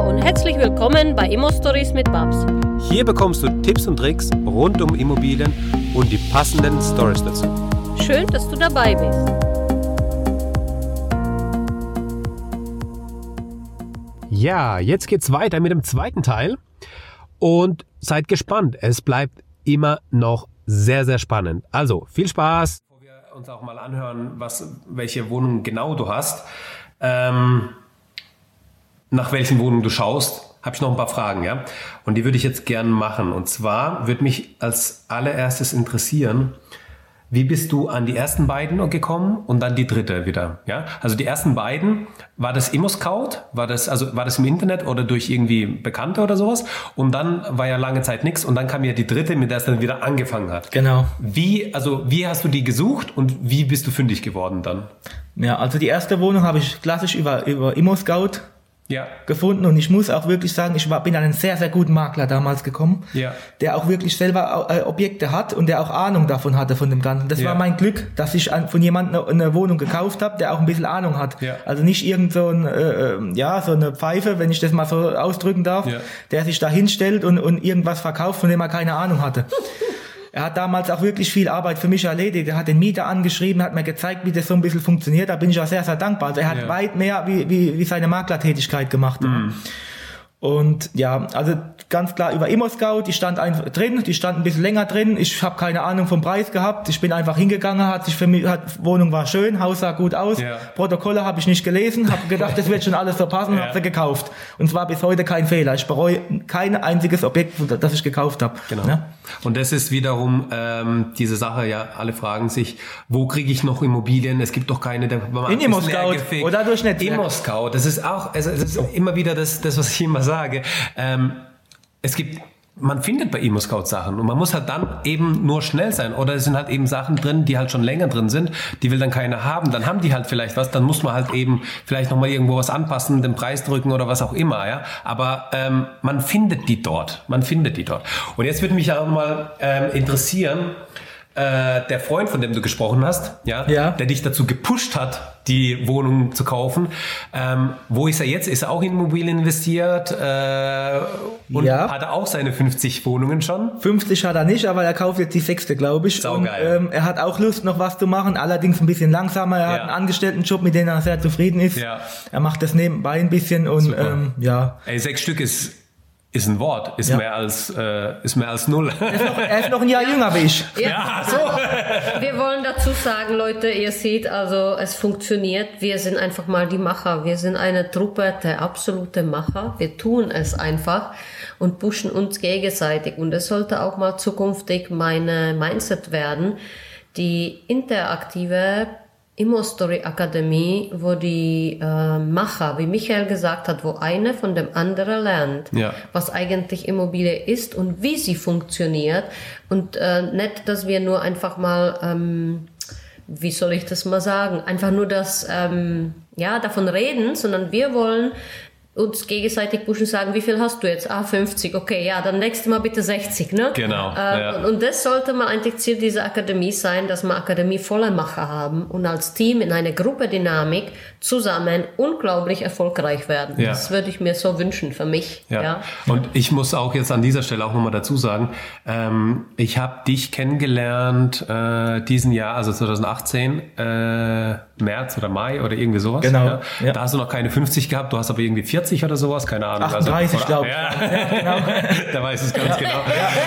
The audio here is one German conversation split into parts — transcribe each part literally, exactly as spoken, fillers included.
und herzlich willkommen bei Immo-Stories mit Babs. Hier bekommst du Tipps und Tricks rund um Immobilien und die passenden Stories dazu. Schön, dass du dabei bist. Ja, jetzt geht's weiter mit dem zweiten Teil und seid gespannt. Es bleibt immer noch sehr, sehr spannend. Also, viel Spaß. Bevor wir uns auch mal anhören, was, welche Wohnung genau du hast, ähm, nach welchen Wohnungen du schaust, habe ich noch ein paar Fragen, ja. Und die würde ich jetzt gerne machen. Und zwar würde mich als allererstes interessieren, wie bist du an die ersten beiden gekommen und dann die dritte wieder, ja? Also die ersten beiden, war das ImmoScout? War das, also war das im Internet oder durch irgendwie Bekannte oder sowas? Und dann war ja lange Zeit nichts und dann kam ja die dritte, mit der es dann wieder angefangen hat. Genau. Wie, also wie hast du die gesucht und wie bist du fündig geworden dann? Ja, also die erste Wohnung habe ich klassisch über, über ImmoScout ja. gefunden und ich muss auch wirklich sagen, ich war, bin an einen sehr, sehr guten Makler damals gekommen, ja. der auch wirklich selber äh, Objekte hat und der auch Ahnung davon hatte von dem Ganzen. Das ja. war mein Glück, dass ich an, von jemandem eine, eine Wohnung gekauft habe, der auch ein bisschen Ahnung hat. Ja. Also nicht irgend so ein, äh, ja, so eine Pfeife, wenn ich das mal so ausdrücken darf, ja. der sich da hinstellt und, und irgendwas verkauft, von dem er keine Ahnung hatte. Er hat damals auch wirklich viel Arbeit für mich erledigt. Er hat den Mieter angeschrieben, hat mir gezeigt, wie das so ein bisschen funktioniert. Da bin ich auch sehr, sehr dankbar. Also er hat ja. weit mehr wie, wie, wie seine Maklertätigkeit gemacht. Mhm. Und ja, also ganz klar über ImmoScout, die stand einfach drin, die stand ein bisschen länger drin. Ich habe keine Ahnung vom Preis gehabt. Ich bin einfach hingegangen, hat sich für mich, hat, Wohnung war schön, Haus sah gut aus. Ja. Protokolle habe ich nicht gelesen, habe gedacht, das wird schon alles so passen, ja. habe sie gekauft. Und zwar bis heute kein Fehler. Ich bereue kein einziges Objekt, das ich gekauft habe. Genau. Ja? Und das ist wiederum ähm, diese Sache, ja, alle fragen sich, wo kriege ich noch Immobilien? Es gibt doch keine, der in ImmoScout oder durch Netzwerk. ImmoScout, das ist auch, also es ist immer wieder das, das, was ich immer sage. Ähm, es gibt, man findet bei ImmoScout Sachen und man muss halt dann eben nur schnell sein oder es sind halt eben Sachen drin, die halt schon länger drin sind, die will dann keiner haben, dann haben die halt vielleicht was, dann muss man halt eben vielleicht nochmal irgendwo was anpassen, den Preis drücken oder was auch immer, ja, aber ähm, man findet die dort, man findet die dort. Und jetzt würde mich auch mal ähm, interessieren, äh, der Freund, von dem du gesprochen hast, ja, ja, der dich dazu gepusht hat, die Wohnung zu kaufen. Ähm, wo ist er jetzt? Ist er auch in Immobilien investiert? Äh, und ja. hat er auch seine fünfzig Wohnungen schon? fünfzig hat er nicht, aber er kauft jetzt die sechste, glaube ich. Saugeil. Und ähm, er hat auch Lust, noch was zu machen, allerdings ein bisschen langsamer. Er ja. hat einen Angestelltenjob, mit dem er sehr zufrieden ist. Ja. Er macht das nebenbei ein bisschen und ähm, ja. Ey, sechs Stück ist Ist ein Wort, ist, ja. mehr als, äh, ist mehr als null. Er ist noch, er ist noch ein Jahr jünger wie ich. Ja, ja so. Wir wollen dazu sagen, Leute, ihr seht, also es funktioniert. Wir sind einfach mal die Macher. Wir sind eine Truppe der absolute Macher. Wir tun es einfach und pushen uns gegenseitig. Und es sollte auch mal zukünftig meine Mindset werden. Die interaktive Immo-Story Akademie, wo die äh, Macher, wie Michael gesagt hat, wo einer von dem anderen lernt, ja. was eigentlich Immobilie ist und wie sie funktioniert. Und äh, nicht, dass wir nur einfach mal, ähm, wie soll ich das mal sagen, einfach nur das, ähm, ja, davon reden, sondern wir wollen uns gegenseitig pushen, sagen, wie viel hast du jetzt? Ah, fünfzig, okay, ja, dann nächstes Mal bitte sechzig, ne? Genau. Äh, ja. und, und das sollte mal eigentlich Ziel dieser Akademie sein, dass wir Akademie voller Macher haben und als Team in einer Gruppendynamik zusammen unglaublich erfolgreich werden. Ja. Das würde ich mir so wünschen für mich. Ja. ja. Und ich muss auch jetzt an dieser Stelle auch nochmal dazu sagen, ähm, ich habe dich kennengelernt äh, diesen Jahr, also zwanzig achtzehn, äh, März oder Mai oder irgendwie sowas. Genau. Ja? Ja. Da hast du noch keine fünfzig gehabt, du hast aber irgendwie vierzig oder sowas, keine Ahnung. achtunddreißig, also, glaube ich. Ja, ja genau. Da weiß ich es ganz genau.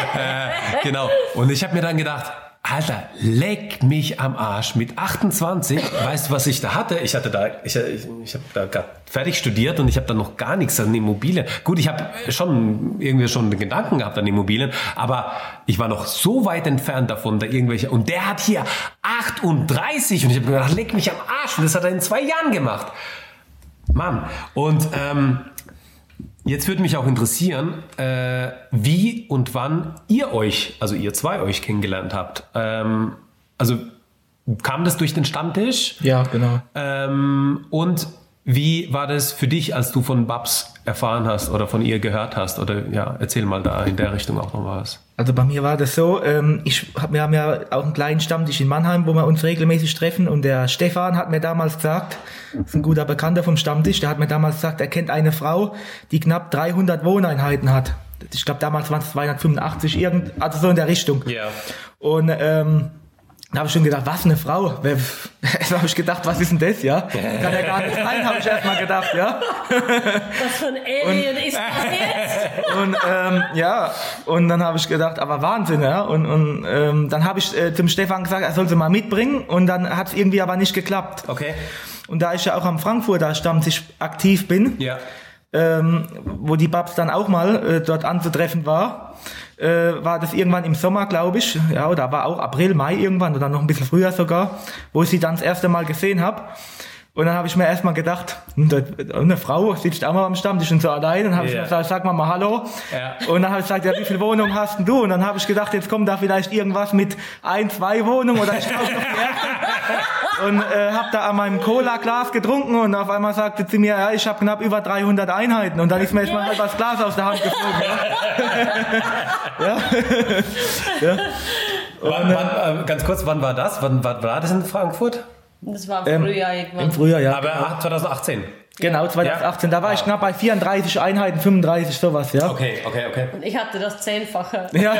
Äh, genau. Und ich habe mir dann gedacht, Alter, leck mich am Arsch. Mit achtundzwanzig, weißt du, was ich da hatte? Ich hatte da, ich, ich, ich habe da gerade fertig studiert und ich habe da noch gar nichts an Immobilien. Gut, ich habe schon irgendwie schon den Gedanken gehabt an Immobilien, aber ich war noch so weit entfernt davon, da irgendwelche. Und der hat hier achtunddreißig und ich habe mir gedacht, leck mich am Arsch. Und das hat er in zwei Jahren gemacht. Mann. Und ähm, jetzt würde mich auch interessieren, äh, wie und wann ihr euch, also ihr zwei euch kennengelernt habt. Ähm, also kam das durch den Stammtisch? Ja, genau. Ähm, und Wie war das für dich, als du von Babs erfahren hast oder von ihr gehört hast? Oder ja, erzähl mal da in der Richtung auch noch was. Also bei mir war das so, ähm, ich hab, wir haben ja auch einen kleinen Stammtisch in Mannheim, wo wir uns regelmäßig treffen, und der Stefan hat mir damals gesagt, das ist ein guter Bekannter vom Stammtisch, der hat mir damals gesagt, er kennt eine Frau, die knapp dreihundert Wohneinheiten hat. Ich glaube, damals waren es zweihundertfünfundachtzig, irgend, also so in der Richtung. Ja. Yeah. Und ähm, da habe ich schon gedacht, was, eine Frau? Da habe ich gedacht, was ist denn das, ja? Kann ja gar nicht sein, habe ich erst mal gedacht, ja? Was für ein Alien und, ist das jetzt? Und ähm, ja, und dann habe ich gedacht, aber Wahnsinn, ja? Und, und ähm, dann habe ich äh, zum Stefan gesagt, er soll sie mal mitbringen, und dann hat es irgendwie aber nicht geklappt. Okay. Und da ich ja auch am Frankfurter Stammtisch aktiv bin, ja. ähm, wo die Babs dann auch mal äh, dort anzutreffen war, Äh, war das irgendwann im Sommer, glaube ich, ja, oder war auch April, Mai irgendwann, oder noch ein bisschen früher sogar, wo ich sie dann das erste Mal gesehen habe. Und dann habe ich mir erstmal gedacht, eine Frau sitzt auch mal am Stammtisch und so allein. Und habe yeah. ich gesagt, sag mal mal Hallo. Yeah. Und dann habe ich gesagt, ja, wie viele Wohnungen hast denn du? Und dann habe ich gedacht, jetzt kommt da vielleicht irgendwas mit ein, zwei Wohnungen, oder ich kaufe noch die erste. Und äh, habe da an meinem Cola-Glas getrunken, und auf einmal sagte sie mir, ja, ich habe knapp über dreihundert Einheiten. Und dann ist mir erstmal halb das Glas aus der Hand geflogen. Ja. ja. ja. Wann, wann, äh, ganz kurz, wann war das? Wann, wann war das in Frankfurt? Das war im Frühjahr ähm, irgendwann. Im Frühjahr, ja. Aber zwanzig achtzehn. Genau, zwanzig achtzehn. Da war ich knapp bei vierunddreißig Einheiten, fünfunddreißig, sowas, ja. Okay, okay, okay. Und ich hatte das Zehnfache. Ja.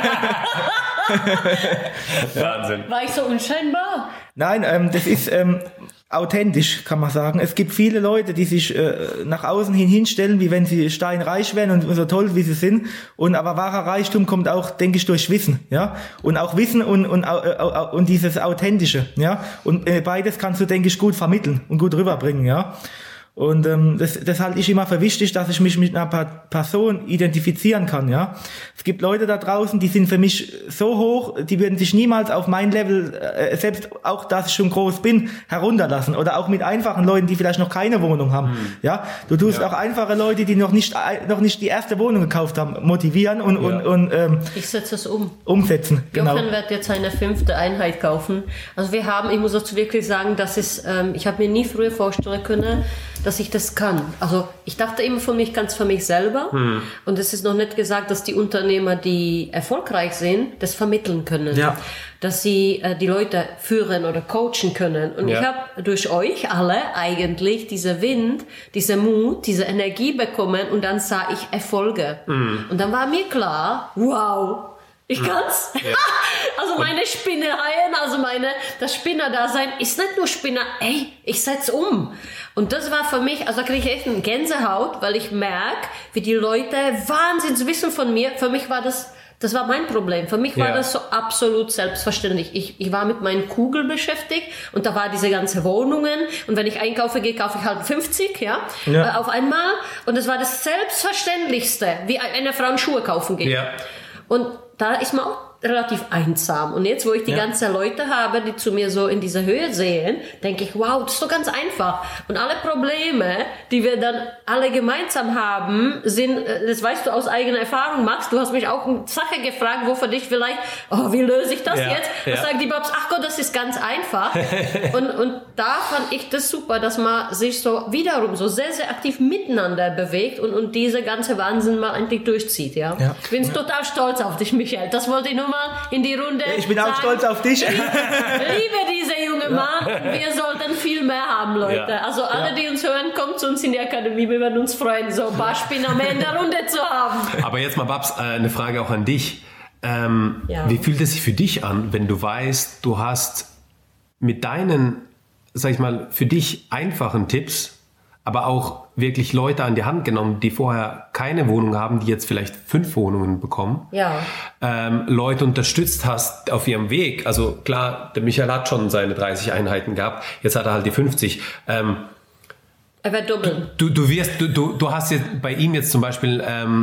Wahnsinn. War ich so unscheinbar? Nein, ähm, das ist ähm, authentisch, kann man sagen. Es gibt viele Leute, die sich äh, nach außen hin hinstellen, wie wenn sie steinreich wären und so toll, wie sie sind. Und aber wahrer Reichtum kommt auch, denke ich, durch Wissen, ja. Und auch Wissen und und äh, und dieses Authentische, ja. Und äh, beides kannst du, denke ich, gut vermitteln und gut rüberbringen, ja. Und ähm, das, das halte ich immer für wichtig, dass ich mich mit einer Person identifizieren kann, ja. Es gibt Leute da draußen, die sind für mich so hoch, die würden sich niemals auf mein Level, äh, selbst auch, dass ich schon groß bin, herunterlassen. Oder auch mit einfachen Leuten, die vielleicht noch keine Wohnung haben, mhm. ja. Du tust ja. auch einfache Leute, die noch nicht noch nicht die erste Wohnung gekauft haben, motivieren und ja. und und ähm, ich setze es um. Umsetzen, genau. Jochen wird jetzt seine fünfte Einheit kaufen. Also wir haben, ich muss dazu wirklich sagen, das ist, ähm, ich habe mir nie früher vorstellen können, dass ich das kann. Also ich dachte immer von mich ganz für mich selber. Hm. Und es ist noch nicht gesagt, dass die Unternehmer, die erfolgreich sind, das vermitteln können. Ja. Dass sie äh, die Leute führen oder coachen können. Und ja. ich habe durch euch alle eigentlich diese Wind, diese Mut, diese Energie bekommen, und dann sah ich Erfolge. Hm. Und dann war mir klar, wow, ich kann's. Ja. Also meine Spinnereien, also meine, das Spinnerdasein ist nicht nur Spinner, ey, ich setz um. Und das war für mich, also da kriege ich echt eine Gänsehaut, weil ich merke, wie die Leute Wahnsinns wissen von mir. Für mich war das, das war mein Problem. Für mich war ja. das so absolut selbstverständlich. Ich, ich war mit meinen Kugeln beschäftigt, und da war diese ganze Wohnungen, und wenn ich einkaufe gehe, kaufe ich halt fünfzig, ja, ja. Äh, auf einmal. Und das war das Selbstverständlichste, wie eine Frau Schuhe kaufen geht. Ja. Und da ist man auch relativ einsam. Und jetzt, wo ich die ja. ganzen Leute habe, die zu mir so in dieser Höhe sehen, denke ich, wow, das ist doch ganz einfach. Und alle Probleme, die wir dann alle gemeinsam haben, sind, das weißt du aus eigener Erfahrung, Max, du hast mich auch eine Sache gefragt, wo für dich vielleicht, oh, wie löse ich das ja. jetzt? Ja. Da sagen die Babs, ach Gott, das ist ganz einfach. und, und da fand ich das super, dass man sich so wiederum so sehr, sehr aktiv miteinander bewegt und, und diese ganze Wahnsinn mal endlich durchzieht, ja. ja. Ich bin ja. total stolz auf dich, Michael. Das wollte ich nur mal in die Runde. Ich bin sagen. auch stolz auf dich. Liebe, liebe dieser junge Mann. Wir sollten viel mehr haben, Leute. Ja. Also alle, ja. die uns hören, kommt zu uns in die Akademie. Wir würden uns freuen, so ein paar Spinner mehr in der Runde zu haben. Aber jetzt mal, Babs, eine Frage auch an dich. Ähm, ja. Wie fühlt es sich für dich an, wenn du weißt, du hast mit deinen, sag ich mal, für dich einfachen Tipps, aber auch wirklich Leute an die Hand genommen, die vorher keine Wohnung haben, die jetzt vielleicht fünf Wohnungen bekommen. Ja. Ähm, Leute unterstützt hast auf ihrem Weg. Also klar, der Michael hat schon seine dreißig Einheiten gehabt, jetzt hat er halt die fünfzig. Ähm, er wird doppeln. Du, du wirst, du, du, du hast jetzt bei ihm jetzt zum Beispiel ähm,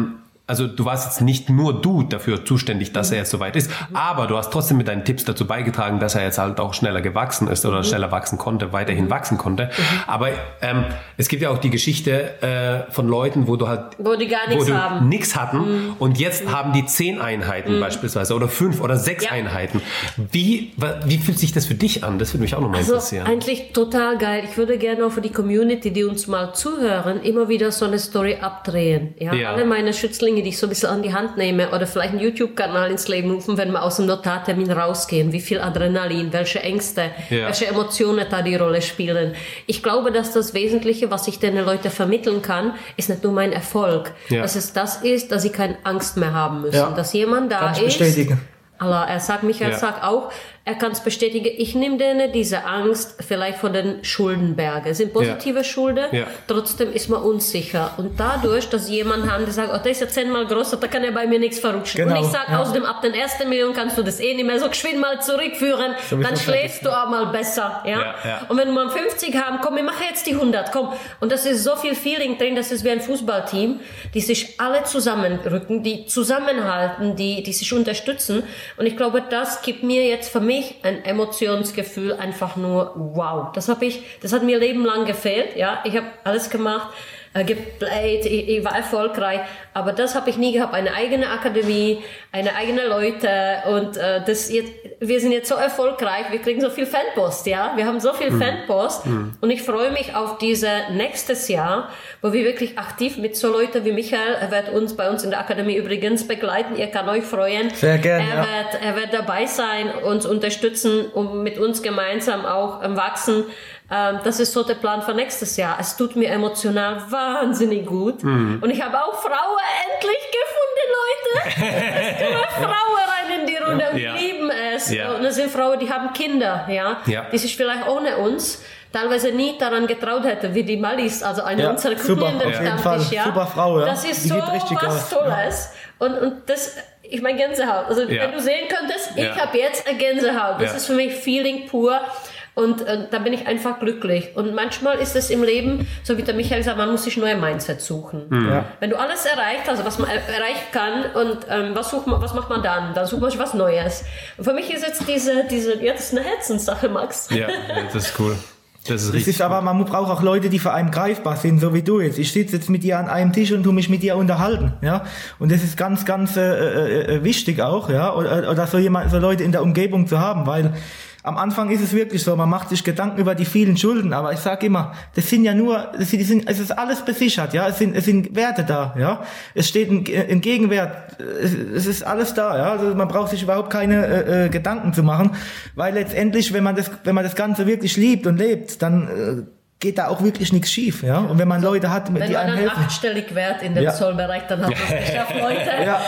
also du warst jetzt nicht nur du dafür zuständig, dass mhm. er jetzt soweit ist, mhm. aber du hast trotzdem mit deinen Tipps dazu beigetragen, dass er jetzt halt auch schneller gewachsen ist oder mhm. schneller wachsen konnte, weiterhin mhm. wachsen konnte. Mhm. Aber ähm, es gibt ja auch die Geschichte äh, von Leuten, wo du halt wo die gar nichts haben, nichts hatten mhm. und jetzt mhm. haben die zehn Einheiten mhm. beispielsweise oder fünf oder sechs ja. Einheiten. Wie wie fühlt sich das für dich an? Das würde mich auch nochmal also interessieren. Eigentlich total geil. Ich würde gerne auch für die Community, die uns mal zuhören, immer wieder so eine Story abdrehen. Ja, ja. Alle meine Schützlinge, die ich so ein bisschen an die Hand nehme oder vielleicht einen YouTube-Kanal ins Leben rufen, wenn wir aus dem Notartermin rausgehen. Wie viel Adrenalin, welche Ängste, ja. welche Emotionen da die Rolle spielen. Ich glaube, dass das Wesentliche, was ich den Leuten vermitteln kann, ist nicht nur mein Erfolg. Ja. Dass es das ist, dass sie keine Angst mehr haben müssen. Ja. Dass jemand da ist. Bestätigen. Allah, er sagt, Michael ja. sagt auch, er kann es bestätigen, ich nehme denen diese Angst vielleicht von den Schuldenbergen. Es sind positive ja. Schulden, ja. trotzdem ist man unsicher. Und dadurch, dass jemand haben, der sagt, oh, der ist ja zehnmal größer, da kann ja bei mir nichts verrutschen. Genau. Und ich sage, ja. außerdem ab den ersten Million kannst du das eh nicht mehr so geschwind mal zurückführen, so dann schläfst du auch mal besser. Ja? Ja, ja. Und wenn wir mal fünfzig haben, komm, ich mache jetzt die hundert, komm. Und das ist so viel Feeling drin, das ist wie ein Fußballteam, die sich alle zusammenrücken, die zusammenhalten, die, die sich unterstützen. Und ich glaube, das gibt mir jetzt für mich ein Emotionsgefühl einfach nur wow. Das habe ich, das hat mir Leben lang gefehlt. Ja, ich habe alles gemacht, äh, geplayt, ich, ich war erfolgreich, aber das habe ich nie gehabt. Eine eigene Akademie, eine eigene Leute und äh, das jetzt, wir sind jetzt so erfolgreich, wir kriegen so viel Fanpost, ja, wir haben so viel mhm. Fanpost mhm. und ich freue mich auf diese nächstes Jahr, wo wir wirklich aktiv mit so Leuten wie Michael, er wird uns bei uns in der Akademie übrigens begleiten, ihr kann euch freuen. Sehr gerne. Er ja. wird, er wird dabei sein, uns unterstützen und mit uns gemeinsam auch ähm, wachsen. Ähm, das ist so der Plan für nächstes Jahr. Es tut mir emotional wahnsinnig gut. Mhm. Und ich habe auch Frauen endlich gefunden, Leute. Es kommen Frauen rein in die Runde und ja. lieben es. Ja. Und es sind Frauen, die haben Kinder, ja, ja. die sich vielleicht ohne uns teilweise nie daran getraut hätte, wie die Malis, also eine ja, unserer Kunden im Stammtisch. Ja. Super Frau, ja. Das ist die so was Tolles. Ja. Und, und das, ich meine Gänsehaut. Also ja. wenn du sehen könntest, ich ja. habe jetzt eine Gänsehaut. Das ja. ist für mich Feeling pur. Und äh, da bin ich einfach glücklich. Und manchmal ist es im Leben, so wie der Michael sagt, man muss sich neue Mindset suchen. Mhm. Ja. Wenn du alles erreicht, also was man er- erreichen kann, und ähm, was, sucht man, was macht man dann? Dann sucht man sich was Neues. Und für mich ist jetzt diese, diese ja, das ist eine Herzenssache, Max. Ja, das ist cool. Das ist, das ist aber, man braucht auch Leute, die für einen greifbar sind, so wie du jetzt. Ich sitze jetzt mit dir an einem Tisch und tu mich mit dir unterhalten, ja. Und das ist ganz, ganz äh, äh, wichtig auch, ja. Oder, oder so jemand, so Leute in der Umgebung zu haben, weil am Anfang ist es wirklich so, man macht sich Gedanken über die vielen Schulden, aber ich sage immer, das sind ja nur, das sind, es ist alles besichert, ja, es sind, es sind Werte da, ja, es steht ein, ein Gegenwert, es, es ist alles da, ja, also man braucht sich überhaupt keine äh, äh, Gedanken zu machen, weil letztendlich, wenn man das, wenn man das Ganze wirklich liebt und lebt, dann äh, geht da auch wirklich nichts schief, ja. Und wenn man Leute hat, wenn die einem helfen. Wenn man dann achtstellig Wert in dem ja. Zollbereich, dann hat man es geschafft, Leute. Ja.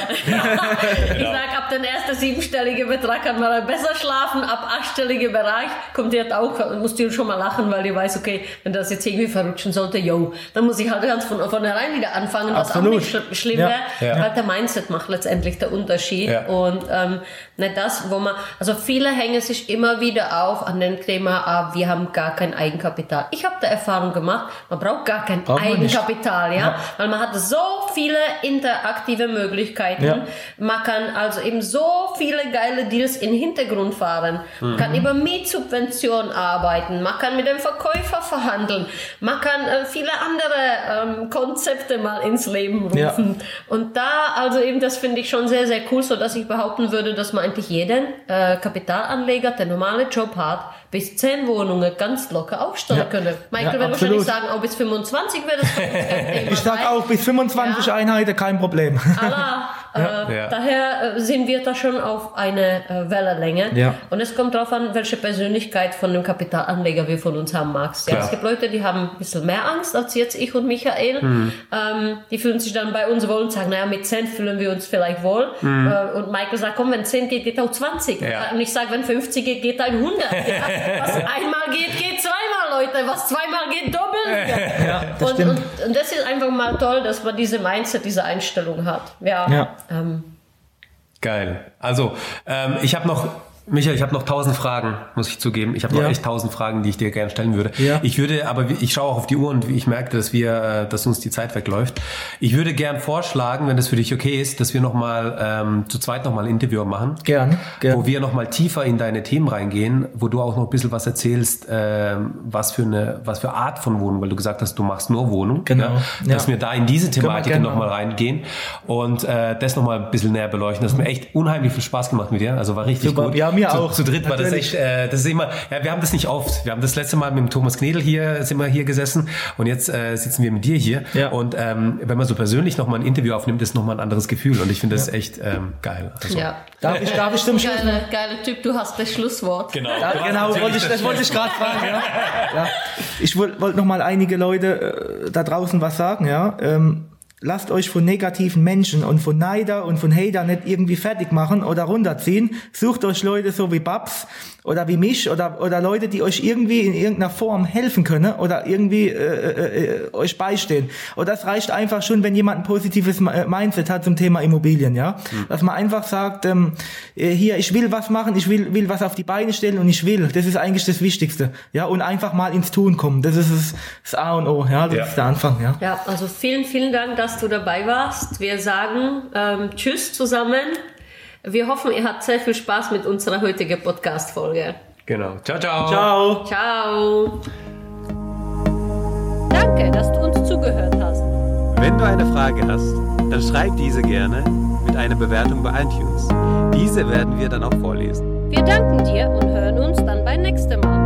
Ich sag, ab den ersten siebenstelligen Betrag kann man besser schlafen, ab achtstelligen Bereich kommt ihr auch, musst du schon mal lachen, weil ihr weiß, okay, wenn das jetzt irgendwie verrutschen sollte, yo, dann muss ich halt ganz von vornherein wieder anfangen, was Absolut. auch nicht sch- schlimm wäre, ja. ja. weil der Mindset macht letztendlich der Unterschied ja. und ähm, nicht das, wo man, also viele hängen sich immer wieder auf an dem Thema, ah, wir haben gar kein Eigenkapital. Ich habe der Erfahrung gemacht, man braucht gar kein braucht Eigenkapital, ja? ja, weil man hat so viele interaktive Möglichkeiten, ja. man kann also eben so viele geile Deals in den Hintergrund fahren, mhm. man kann über Mietsubvention arbeiten, man kann mit dem Verkäufer verhandeln, man kann äh, viele andere ähm, Konzepte mal ins Leben rufen ja. und da, also eben das finde ich schon sehr, sehr cool, so dass ich behaupten würde, dass man eigentlich jeden äh, Kapitalanleger, der normale Job hat, bis zehn Wohnungen ganz locker aufstellen ja. können. Michael ja, wird wahrscheinlich sagen, auch bis fünfundzwanzig wäre das für uns kein Thema. Ich sage auch, bis fünfundzwanzig ja. Einheiten kein Problem. Allah, ja. Äh, ja. Daher äh, sind wir da schon auf eine äh, Wellenlänge. Ja. Und es kommt darauf an, welche Persönlichkeit von dem Kapitalanleger wir von uns haben magst. Ja, es gibt Leute, die haben ein bisschen mehr Angst als jetzt ich und Michael. Mhm. Ähm, die fühlen sich dann bei uns wohl und sagen, naja, mit zehn fühlen wir uns vielleicht wohl. Mhm. Äh, und Michael sagt, komm, wenn zehn geht, geht auch zwanzig. Ja. Und ich sage, wenn fünfzig geht, geht ein hundert. Ja? Was einmal geht, geht zweimal, Leute. Was zweimal geht, doppelt. Ja, das und, und, und das ist einfach mal toll, dass man diese Mindset, diese Einstellung hat. Ja. ja. Ähm. Geil. Also, ähm, ich habe noch Michael, ich habe noch tausend Fragen, muss ich zugeben. Ich habe noch ja. echt tausend Fragen, die ich dir gerne stellen würde. Ja. Ich würde, aber ich schaue auch auf die Uhr und ich merke, dass wir, dass uns die Zeit wegläuft. Ich würde gern vorschlagen, wenn das für dich okay ist, dass wir nochmal ähm, zu zweit nochmal ein Interview machen. Gerne. Gern. Wo wir nochmal tiefer in deine Themen reingehen, wo du auch noch ein bisschen was erzählst, ähm, was für eine, was für Art von Wohnung, weil du gesagt hast, du machst nur Wohnung. Genau. Ja? Dass ja. wir da in diese Thematik nochmal reingehen und äh, das nochmal ein bisschen näher beleuchten. Das hat mir echt unheimlich viel Spaß gemacht mit dir. Also war richtig Super. gut. Ja, mir zu, auch. Zu dritt war das echt, äh, das ist immer, ja, wir haben das nicht oft. Wir haben das letzte Mal mit dem Thomas Knedel hier, sind wir hier gesessen und jetzt äh, sitzen wir mit dir hier. Ja. Und ähm, wenn man so persönlich nochmal ein Interview aufnimmt, ist nochmal ein anderes Gefühl und ich finde das ja. echt ähm, geil. Also. Ja. Darf ich, darf ich zum Schluss? Geile, geile Typ, du hast das Schlusswort. Genau, ja, genau wollte ich, das wollte ich gerade fragen. Ja. Ja. Ich wollte wollt noch mal einige Leute äh, da draußen was sagen, ja. Ähm, Lasst euch von negativen Menschen und von Neider und von Hater nicht irgendwie fertig machen oder runterziehen. Sucht euch Leute so wie Babs oder wie mich oder oder Leute, die euch irgendwie in irgendeiner Form helfen können oder irgendwie äh, äh, euch beistehen. Und das reicht einfach schon, wenn jemand ein positives Mindset hat zum Thema Immobilien, ja. Mhm. Dass man einfach sagt, ähm, hier, ich will was machen, ich will will was auf die Beine stellen und ich will. Das ist eigentlich das Wichtigste, ja. Und einfach mal ins Tun kommen. Das ist das, das A und O, ja. Das ja. ist der Anfang, ja. Ja, also vielen, vielen Dank, dass du dabei warst. Wir sagen ähm, Tschüss zusammen. Wir hoffen, ihr habt sehr viel Spaß mit unserer heutigen Podcast-Folge. Genau. Ciao, ciao. Ciao. Ciao. Danke, dass du uns zugehört hast. Wenn du eine Frage hast, dann schreib diese gerne mit einer Bewertung bei iTunes. Diese werden wir dann auch vorlesen. Wir danken dir und hören uns dann beim nächsten Mal.